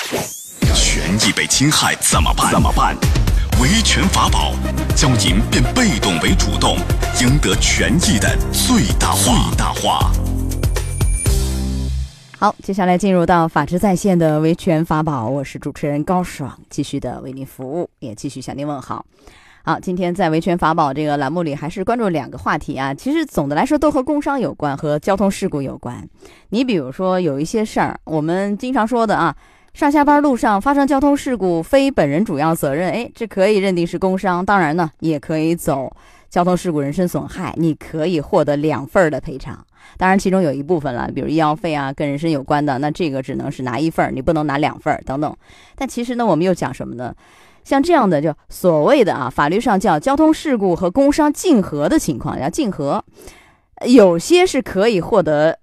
权益被侵害怎么办？维权法宝教您变被动为主动，赢得权益的最大化。 好，接下来进入到法治在线的维权法宝，我是主持人高爽，继续的为您服务，也继续向您问好。好，今天在维权法宝这个栏目里，还是关注两个话题啊。其实总的来说都和工伤有关，和交通事故有关。你比如说有一些事儿，我们经常说的啊，上下班路上发生交通事故，非本人主要责任，这可以认定是工伤。当然呢，也可以走交通事故人身损害，你可以获得2份的赔偿。当然其中有一部分了，比如医药费啊，跟人身有关的，那这个只能是拿1份，你不能拿2份等等。但其实呢，我们又讲什么呢？像这样的就所谓的啊，法律上叫交通事故和工伤竞合的情况，要竞合，有些是可以获得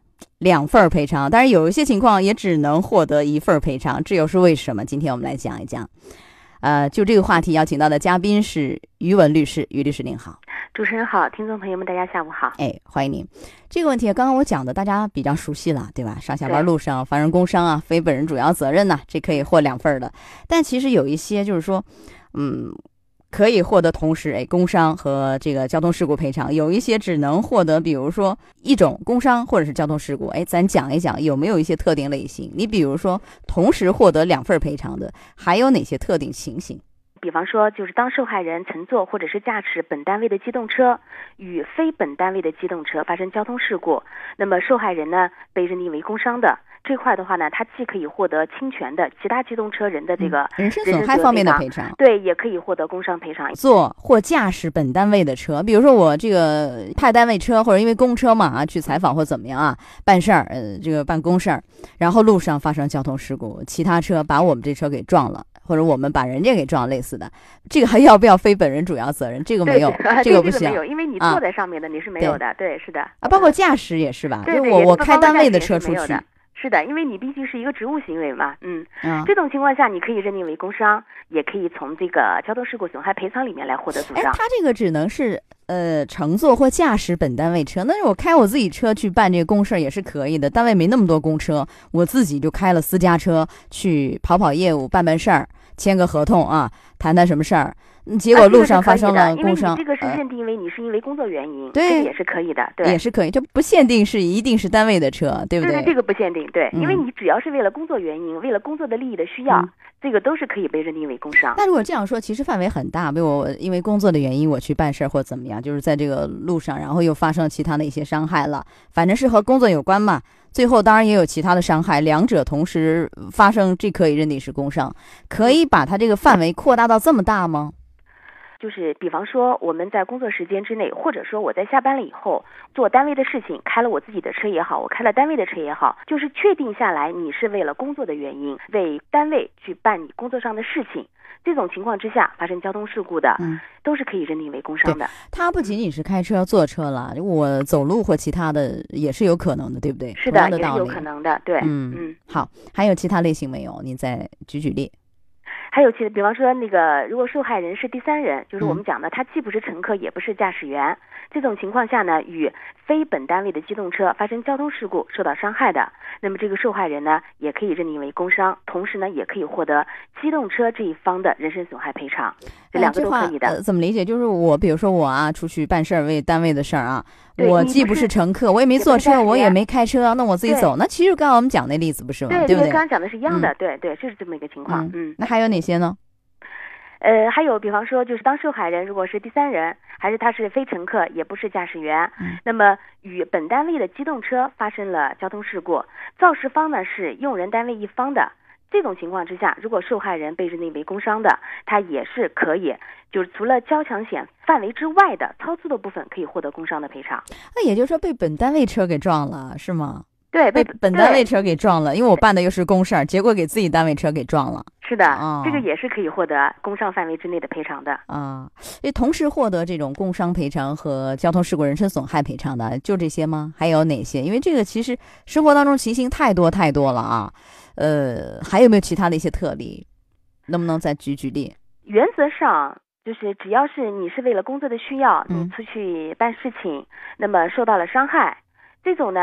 2份赔偿，但是有一些情况也只能获得1份赔偿，这又是为什么？今天我们来讲一讲。就这个话题邀请到的嘉宾是于文律师，于律师您好。 主持人好，听众朋友们大家下午好。 欢迎您。这个问题刚刚我讲的大家比较熟悉了，对吧？上下班路上发生工伤啊，非本人主要责任呢，这可以获2份的。但其实有一些就是说可以获得同时工伤和这个交通事故赔偿，有一些只能获得比如说一种工伤或者是交通事故。咱讲一讲有没有一些特定类型，你比如说同时获得2份赔偿的还有哪些特定情形？ 比方说就是当受害人乘坐或者是驾驶本单位的机动车与非本单位的机动车发生交通事故，那么受害人呢被认定为工伤的这块的话呢，他既可以获得侵权的其他机动车人的这个人身损害方面的赔偿， 对，也可以获得工伤赔偿。 坐或驾驶本单位的车，比如说我这个派单位车或者因为公车嘛去采访或怎么样啊，办事儿这个办公事儿，然后路上发生交通事故，其他车把我们这车给撞了，或者我们把人家给撞，类似的，这个还要不要非本人主要责任？这个没有，这个不行， 没有，因为你坐在上面的你是没有的，对，是的啊， 包括驾驶也是吧？ 对， 我开单位的车出去。 是的，因为你毕竟是一个职务行为嘛，这种情况下你可以认定为工伤，也可以从这个交通事故损害赔偿里面来获得补偿。 他这个只能是乘坐或驾驶本单位车，但是我开我自己车去办这个公事也是可以的。单位没那么多公车，我自己就开了私家车去跑业务、办事儿、签个合同啊，谈什么事儿。结果路上发生了工伤， 因为你这个是认定为你是因为工作原因， 对， 这个也是可以的，对， 也是可以，就不限定是一定是单位的车，对不对？ 对，这个不限定，对，因为你只要是为了工作原因，为了工作的利益的需要，这个都是可以被认定为工伤。 那如果这样说，其实范围很大，比如我因为工作的原因我去办事或怎么样，就是在这个路上，然后又发生其他的一些伤害了，反正是和工作有关嘛。最后当然也有其他的伤害，两者同时发生，这可以认定是工伤。可以把它这个范围扩大到这么大吗？ 就是比方说我们在工作时间之内，或者说我在下班了以后做单位的事情，开了我自己的车也好，我开了单位的车也好，就是确定下来你是为了工作的原因，为单位去办你工作上的事情，这种情况之下发生交通事故的，都是可以认定为工伤的。 它不仅仅是开车坐车了，我走路或其他的也是有可能的，对不对？ 是的，也是有可能的，对。 好，还有其他类型没有？您再举例。 还有比方说那个如果受害人是第三人，就是我们讲的他既不是乘客也不是驾驶员，这种情况下呢，与非本单位的机动车发生交通事故受到伤害的，那么这个受害人呢也可以认定为工伤，同时呢也可以获得机动车这一方的人身损害赔偿，这两个都可以的。 怎么理解？就是我比如说我啊出去办事儿，为单位的事儿啊，我既不是乘客，我也没坐车，我也没开车，那我自己走，那其实刚刚我们讲那例子不是吗？对不对？ 刚刚讲的是一样的，对，就是这么一个情况。 那还有哪些呢？ 还有比方说就是当受害人如果是第三人，还是他是非乘客也不是驾驶员，那么与本单位的机动车发生了交通事故，肇事方呢是用人单位一方的，这种情况之下，如果受害人被认定为工伤的，他也是可以，就是除了交强险范围之外的超出的部分可以获得工伤的赔偿。 那也就是说被本单位车给撞了是吗？ 对， 被本单位车给撞了，因为我办的又是公事儿，结果给自己单位车给撞了。 是的，这个也是可以获得工伤范围之内的赔偿的啊。同时获得这种工伤赔偿和交通事故人身损害赔偿的就这些吗？还有哪些？因为这个其实生活当中情形太多了啊。还有没有其他的一些特例？能不能再举例？ 原则上就是只要是你是为了工作的需要，你出去办事情，那么受到了伤害，这种呢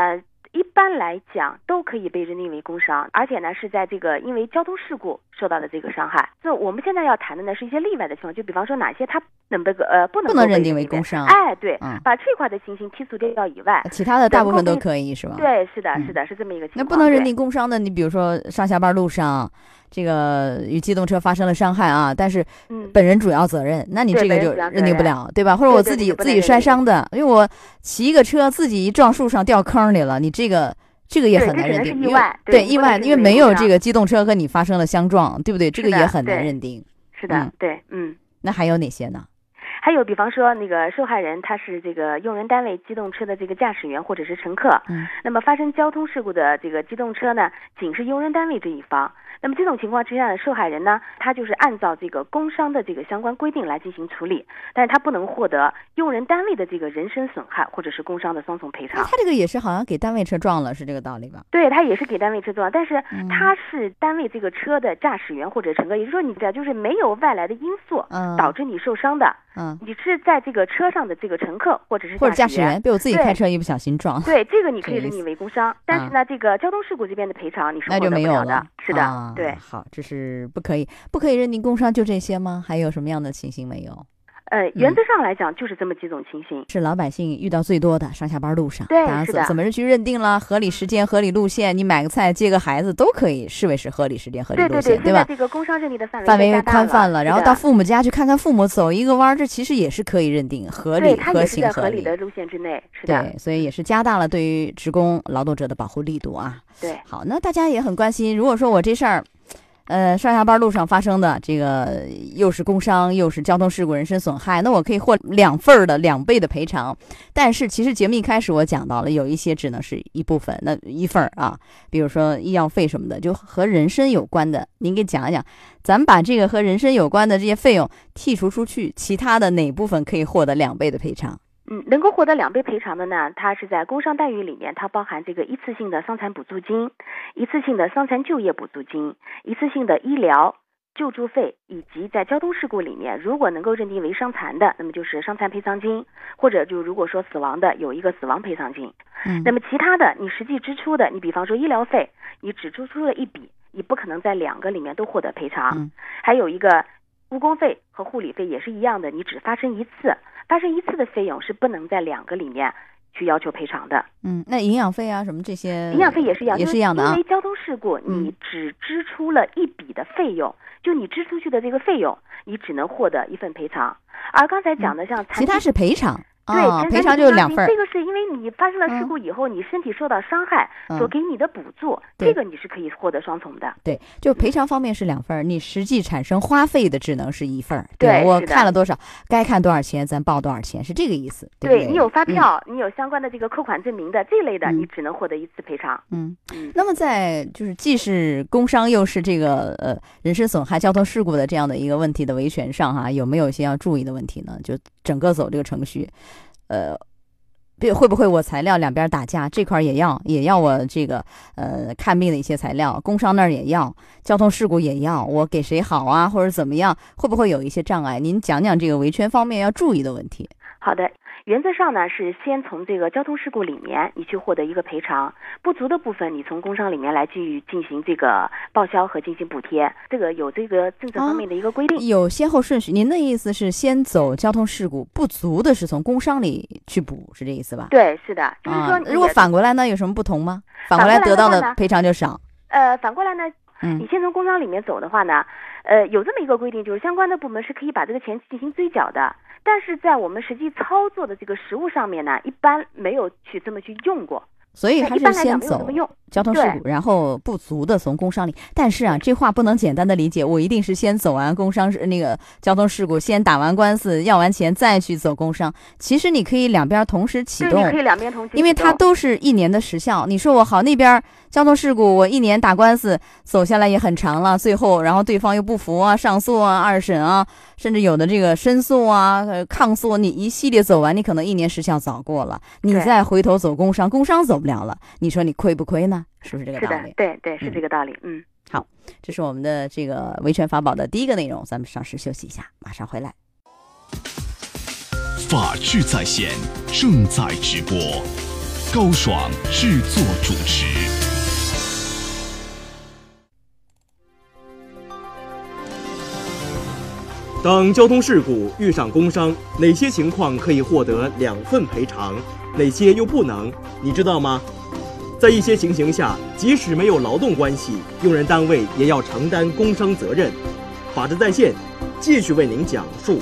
一般来讲都可以被认定为工伤，而且呢是在这个因为交通事故受到的这个伤害。所以我们现在要谈的呢是一些例外的情况，就比方说哪些它不能认定为工伤。 对，把这块的情形剔除掉以外， 其他的大部分都可以是吧？ 对，是的，是这么一个情况。 那不能认定工伤的，你比如说上下班路上，这个与机动车发生了伤害啊，但是本人主要责任，那你这个就认定不了，对吧？或者我自己摔伤的，因为我骑一个车自己一撞树上掉坑里了，你这个也很难认定， 意外， 对意外，因为没有这个机动车和你发生了相撞，对不对？这个也很难认定。 是的，对， 那还有哪些呢？ 还有比方说那个受害人他是这个用人单位机动车的这个驾驶员或者是乘客，那么发生交通事故的这个机动车呢，仅是用人单位这一方。那么这种情况之下的受害人呢，他就是按照这个工伤的这个相关规定来进行处理，但是他不能获得用人单位的这个人身损害或者是工伤的双重赔偿。 他这个也是好像给单位车撞了，是这个道理吧？ 对，他也是给单位车撞，但是他是单位这个车的驾驶员或者乘客，也就是说你这就是没有外来的因素导致你受伤的。你是在这个车上的这个乘客或者是驾驶员被我自己开车一不小心撞， 对这个你可以认定为工伤，但是呢，这个交通事故这边的赔偿你是获得不了的。是的，对。 好，这是不可以认定工伤，就这些吗？还有什么样的情形没有？ 原则上来讲就是这么几种情形， 是老百姓遇到最多的上下班路上。 对， 当然怎么去认定了合理时间、合理路线？你买个菜、接个孩子都可以视为是合理时间、合理路线，对吧？ 这个工伤认定的范围宽泛了，然后到父母家去看看父母，走一个弯，这其实也是可以认定合理、合情、合理。 合理的路线之内，是的。 对，所以也是加大了对于职工劳动者的保护力度啊。 对， 好，那大家也很关心，如果说我这事儿。上下班路上发生的这个又是工伤又是交通事故人身损害，那我可以获2倍的赔偿。但是其实节目一开始我讲到了，有一些只能是一部分，那一份啊，比如说医药费什么的，就和人身有关的，您给讲一讲，咱们把这个和人身有关的这些费用剔除出去，其他的哪部分可以获得2倍的赔偿？ 能够获得2倍赔偿的呢，它是在工伤待遇里面，它包含这个一次性的伤残补助金、一次性的伤残就业补助金、一次性的医疗救助费，以及在交通事故里面，如果能够认定为伤残的，那么就是伤残赔偿金，或者就如果说死亡的，有一个死亡赔偿金。那么其他的你实际支出的，你比方说医疗费，你只支出了一笔，你不可能在2个里面都获得赔偿。还有一个误工费和护理费也是一样的，你只发生一次的费用是不能在2个里面去要求赔偿的。 那营养费啊什么这些， 营养费也是一样， 也是一样的啊。 因为交通事故，你只支出了一笔的费用，就你支出去的这个费用，你只能获得一份赔偿。而刚才讲的像其他是赔偿。 对， 赔偿就是2份。 这个是因为你发生了事故以后，你身体受到伤害所给你的补助，这个你是可以获得双重的。 对，就赔偿方面是2份，你实际产生花费的只能是1份。对，我看了多少，该看多少钱，咱报多少钱，是这个意思。对， 你有发票，你有相关的这个扣款证明的这类的，你只能获得1次赔偿。 那么在就是既是工伤又是这个人身损害、交通事故的这样的一个问题的维权上有没有一些要注意的问题呢？就整个走这个程序。会不会我材料两边打架，这块也要我这个看病的一些材料，工伤那儿也要，交通事故也要，我给谁好啊，或者怎么样，会不会有一些障碍？您讲讲这个维权方面要注意的问题。 好的，原则上呢是先从这个交通事故里面你去获得一个赔偿，不足的部分你从工伤里面来去进行这个报销和进行补贴，这个有这个政策方面的一个规定。 有先后顺序。您的意思是先走交通事故，不足的是从工伤里去补，是这意思吧？ 对，是的。就是说如果反过来呢，有什么不同吗？反过来得到的赔偿就少。 反过来呢，你先从工伤里面走的话呢，有这么一个规定，就是相关的部门是可以把这个钱进行追缴的，但是在我们实际操作的这个实务上面呢，一般没有去这么去用过。 所以还是先走交通事故，然后不足的从工伤里。但是这话不能简单的理解，我一定是先走完工伤那个交通事故，先打完官司要完钱再去走工伤。其实你可以两边同时启动， 对，你可以两边同时启动， 因为它都是1年的时效。你说我好，那边交通事故我1年打官司走下来也很长了，最后然后对方又不服啊，上诉啊，2审啊，甚至有的这个申诉啊、抗诉，你一系列走完，你可能1年时效早过了，你再回头走工伤，工伤走不了了，你说你亏不亏呢？是不是这个道理？ 是的，对，是这个道理。 好，这是我们的这个维权法宝的第一个内容，咱们稍事休息一下，马上回来。 法治在线正在直播， 高爽制作主持。 当交通事故遇上工伤，哪些情况可以获得2份赔偿，哪些又不能？你知道吗？在一些情形下，即使没有劳动关系，用人单位也要承担工伤责任。法治在线继续为您讲述。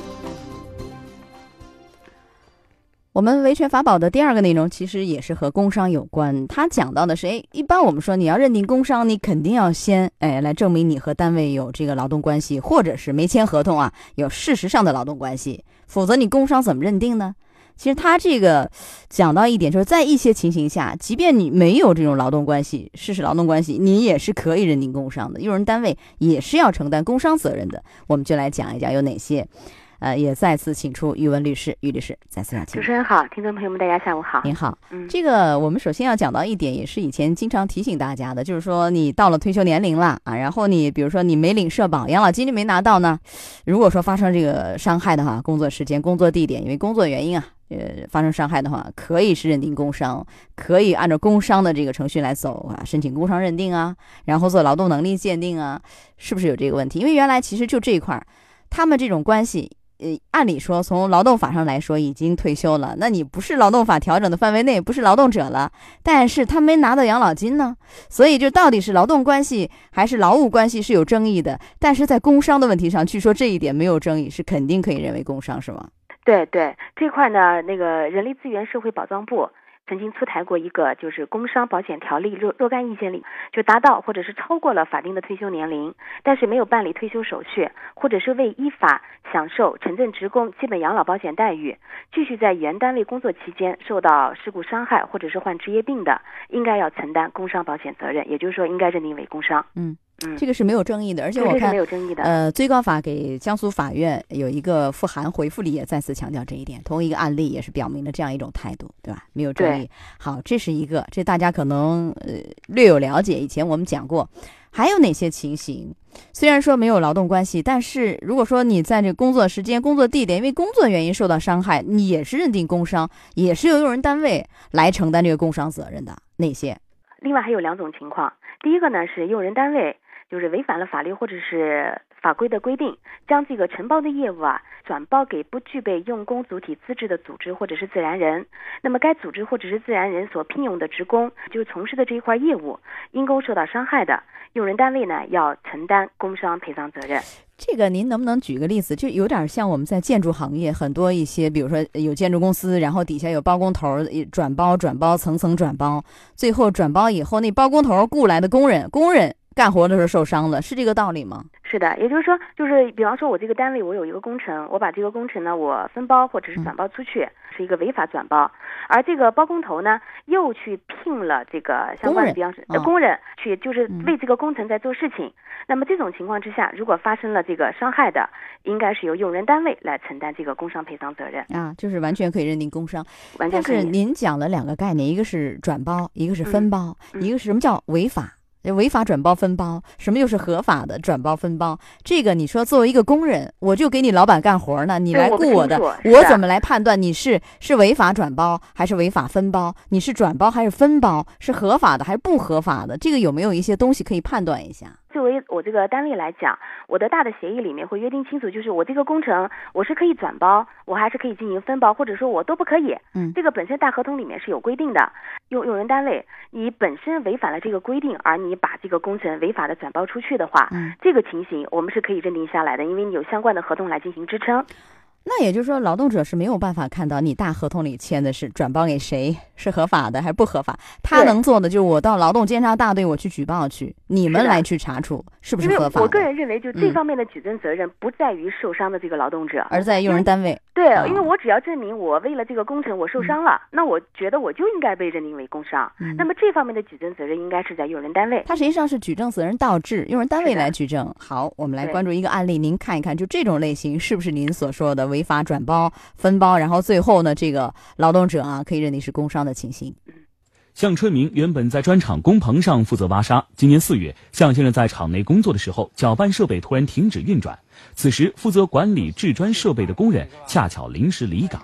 我们维权法宝的第2个内容其实也是和工伤有关，它讲到的是，一般我们说你要认定工伤，你肯定要先来证明你和单位有这个劳动关系，或者是没签合同啊，有事实上的劳动关系，否则你工伤怎么认定呢？其实他这个讲到一点，就是在一些情形下，即便你没有这种劳动关系，事实劳动关系，你也是可以认定工伤的，用人单位也是要承担工伤责任的。我们就来讲一讲有哪些。也再次请出于文律师，于律师再次邀请。 主持人好，听众朋友们大家下午好。 您好，这个我们首先要讲到一点，也是以前经常提醒大家的，就是说你到了退休年龄了啊，然后你比如说你没领社保，养老金没拿到呢，如果说发生这个伤害的话，工作时间、工作地点，因为工作原因啊，发生伤害的话，可以是认定工伤，可以按照工伤的这个程序来走啊，申请工伤认定啊，然后做劳动能力鉴定啊，是不是有这个问题？因为原来其实就这一块，他们这种关系。按理说从劳动法上来说已经退休了，那你不是劳动法调整的范围内，不是劳动者了，但是他没拿到养老金呢，所以就到底是劳动关系还是劳务关系是有争议的，但是在工伤的问题上，据说这一点没有争议，是肯定可以认为工伤，是吗？ 对，这块呢，那个人力资源社会保障部曾经出台过一个就是工伤保险条例若干意见里，就达到或者是超过了法定的退休年龄，但是没有办理退休手续，或者是未依法享受城镇职工基本养老保险待遇，继续在原单位工作期间受到事故伤害或者是患职业病的，应该要承担工伤保险责任，也就是说应该认定为工伤。 这个是没有争议的，而且我看没有争议的。 最高法给江苏法院有一个复函回复里也再次强调这一点，同一个案例也是表明了这样一种态度，对吧？没有争议。好，这是一个，这大家可能略有了解，以前我们讲过。还有哪些情形？虽然说没有劳动关系，但是如果说你在这个工作时间、工作地点，因为工作原因受到伤害，你也是认定工伤，也是由用人单位来承担这个工伤责任的。哪些？ 另外还有2种情况，第一个呢是用人单位就是违反了法律或者是法规的规定，将这个承包的业务转包给不具备用工主体资质的组织或者是自然人，那么该组织或者是自然人所聘用的职工，就是从事的这一块业务，因公受到伤害的，用人单位呢要承担工伤赔偿责任。 这个您能不能举个例子？就有点像我们在建筑行业很多一些，比如说有建筑公司，然后底下有包工头转包，层层转包，最后转包以后，那包工头雇来的工人干活的时候受伤了，是这个道理吗？ 是的，也就是说，就是比方说我这个单位我有一个工程，我把这个工程呢我分包或者是转包出去，是一个违法转包，而这个包工头呢又去聘了这个相关的比方说工人去就是为这个工程在做事情，那么这种情况之下，如果发生了这个伤害的，应该是由用人单位来承担这个工伤赔偿责任啊，就是完全可以认定工伤。 完全可以。 但是您讲了2个概念，一个是转包，一个是分包，一个是什么叫违法？违法转包分包，什么又是合法的转包分包？这个你说作为一个工人，我就给你老板干活呢，你来雇我的，我怎么来判断你是违法转包还是违法分包？你是转包还是分包？是合法的还是不合法的？这个有没有一些东西可以判断一下？ 作为我这个单位来讲，我的大的协议里面会约定清楚，就是我这个工程我是可以转包，我还是可以进行分包，或者说我都不可以。这个本身大合同里面是有规定的。用人单位你本身违反了这个规定，而你把这个工程违法的转包出去的话，这个情形我们是可以认定下来的，因为你有相关的合同来进行支撑。 那也就是说，劳动者是没有办法看到你大合同里签的是转包给谁，是合法的还是不合法。他能做的就是我到劳动监察大队我去举报去，你们来去查处是不是合法的。 我个人认为，就这方面的举证责任不在于受伤的这个劳动者， 而在用人单位。 对，因为我只要证明我为了这个工程我受伤了，那我觉得我就应该被认定为工伤。那么这方面的举证责任应该是在用人单位。 它实际上是举证责任倒置，用人单位来举证。好，我们来关注一个案例，您看一看，就这种类型是不是您所说的违法转包、分包，然后最后呢，这个劳动者可以认定是工伤的情形。 向春明原本在砖厂工棚上负责挖沙，今年4月，向先生在厂内工作的时候，搅拌设备突然停止运转。此时，负责管理制砖设备的工人恰巧临时离岗。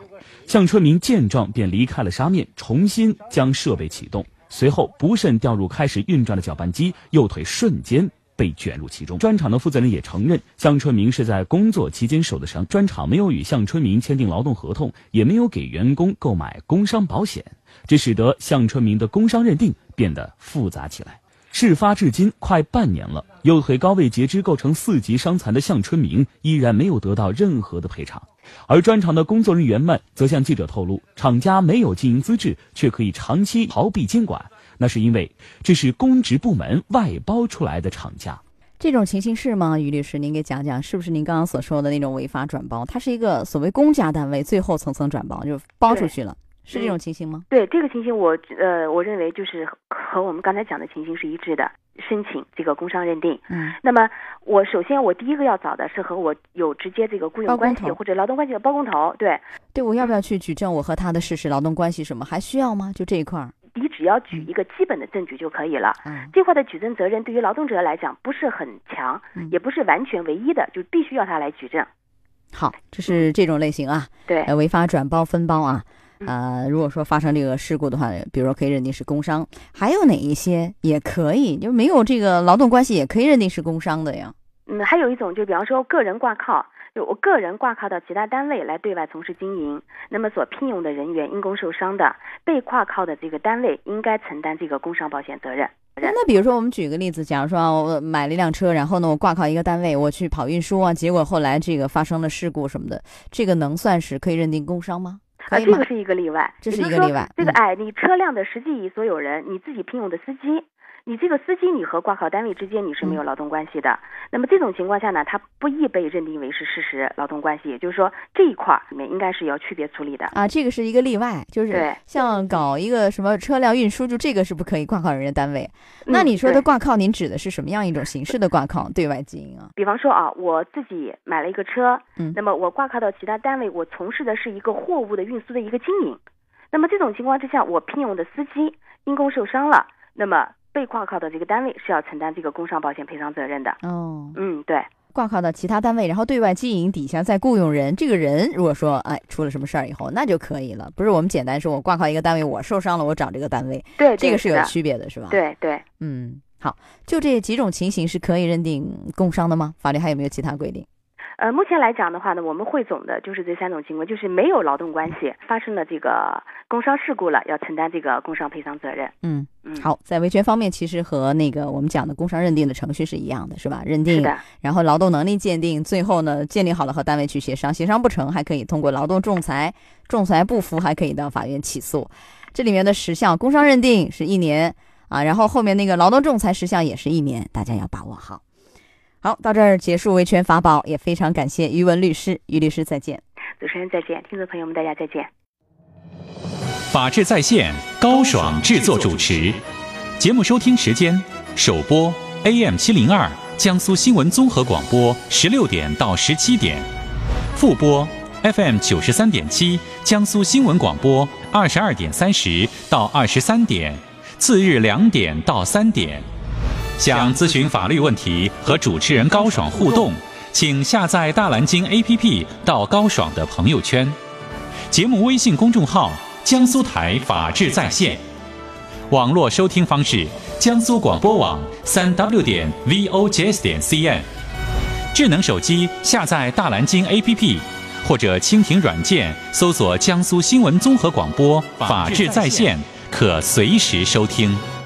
向春明见状便离开了沙面，重新将设备启动，随后不慎掉入开始运转的搅拌机，右腿瞬间被卷入其中。砖厂的负责人也承认，向春明是在工作期间受的伤，砖厂没有与向春明签订劳动合同，也没有给员工购买工伤保险，这使得向春明的工伤认定变得复杂起来。事发至今快半年了，右腿高位截肢构成4级伤残的向春明依然没有得到任何的赔偿。而砖厂的工作人员们则向记者透露，厂家没有经营资质，却可以长期逃避监管，那是因为这是公职部门外包出来的厂家。 这种情形是吗？于律师，您给讲讲，是不是您刚刚所说的那种违法转包？它是一个所谓公家单位最后层层转包，就包出去了，是这种情形吗？ 对，这个情形我认为就是和我们刚才讲的情形是一致的，申请这个工伤认定。那么首先我第一个要找的是和我有直接这个雇佣关系或者劳动关系的包工头。对， 我要不要去举证我和他的事实、劳动关系什么，还需要吗？就这一块你只要举一个基本的证据就可以了。这块的举证责任对于劳动者来讲不是很强，也不是完全唯一的，就必须要他来举证。 好，这是这种类型啊。 对， 违法转包分包啊。如果说发生这个事故的话，比如说可以认定是工伤，还有哪一些也可以，就没有这个劳动关系也可以认定是工伤的呀？ 还有一种就比方说个人挂靠，就我个人挂靠到其他单位来对外从事经营，那么所聘用的人员因公受伤的，被挂靠的这个单位应该承担这个工伤保险责任。 那比如说我们举个例子，假如说我买了一辆车，然后呢我挂靠一个单位，我去跑运输啊，结果后来这个发生了事故什么的，这个能算是可以认定工伤吗？ 这个是一个例外， 这是一个例外。 这个你车辆的实际所有人，你自己聘用的司机，你这个司机你和挂靠单位之间你是没有劳动关系的。那么这种情况下呢，它不易被认定为是事实劳动关系，也就是说这一块里面应该是要区别处理的啊。这个是一个例外，就是像搞一个什么车辆运输，就这个是不可以挂靠人家单位。那你说的挂靠，您指的是什么样一种形式的挂靠对外经营啊？ 比方说我自己买了一个车，那么我挂靠到其他单位，我从事的是一个货物的运输的一个经营。那么这种情况之下，我聘用的司机因公受伤了，那么被挂靠的这个单位是要承担这个工伤保险赔偿责任的。对， 挂靠到其他单位，然后对外经营底下再雇佣人，这个人如果说出了什么事儿以后，那就可以了。不是我们简单说我挂靠一个单位，我受伤了，我找这个单位， 对， 这个是有区别的，是吧？ 对， 好，就这几种情形是可以认定工伤的吗？法律还有没有其他规定？ 目前来讲的话呢，我们汇总的就是这3种情况，就是没有劳动关系，发生了这个工伤事故了，要承担这个工伤赔偿责任。 好，在维权方面，其实和那个我们讲的工伤认定的程序是一样的，是吧？认定，然后劳动能力鉴定，最后呢，鉴定好了和单位去协商，协商不成还可以通过劳动仲裁，仲裁不服还可以到法院起诉。这里面的时效，工伤认定是1年啊，然后后面那个劳动仲裁时效也是1年，大家要把握好。好，到这儿结束维权法宝，也非常感谢于文律师，于律师再见。 主持人再见，听众朋友们大家再见。 法治在线，高爽制作主持。节目收听时间：首播 AM702江苏新闻综合广播16点到17点，复播 FM93.7江苏新闻广播22点30到23点，次日2点到3点。想咨询法律问题和主持人高爽互动，请下载大蓝鲸 APP 到高爽的朋友圈。节目微信公众号江苏台法治在线。网络收听方式：江苏广播网3w.vojs.cn。智能手机下载大蓝鲸 APP 或者蜻蜓软件搜索江苏新闻综合广播法治在线，可随时收听。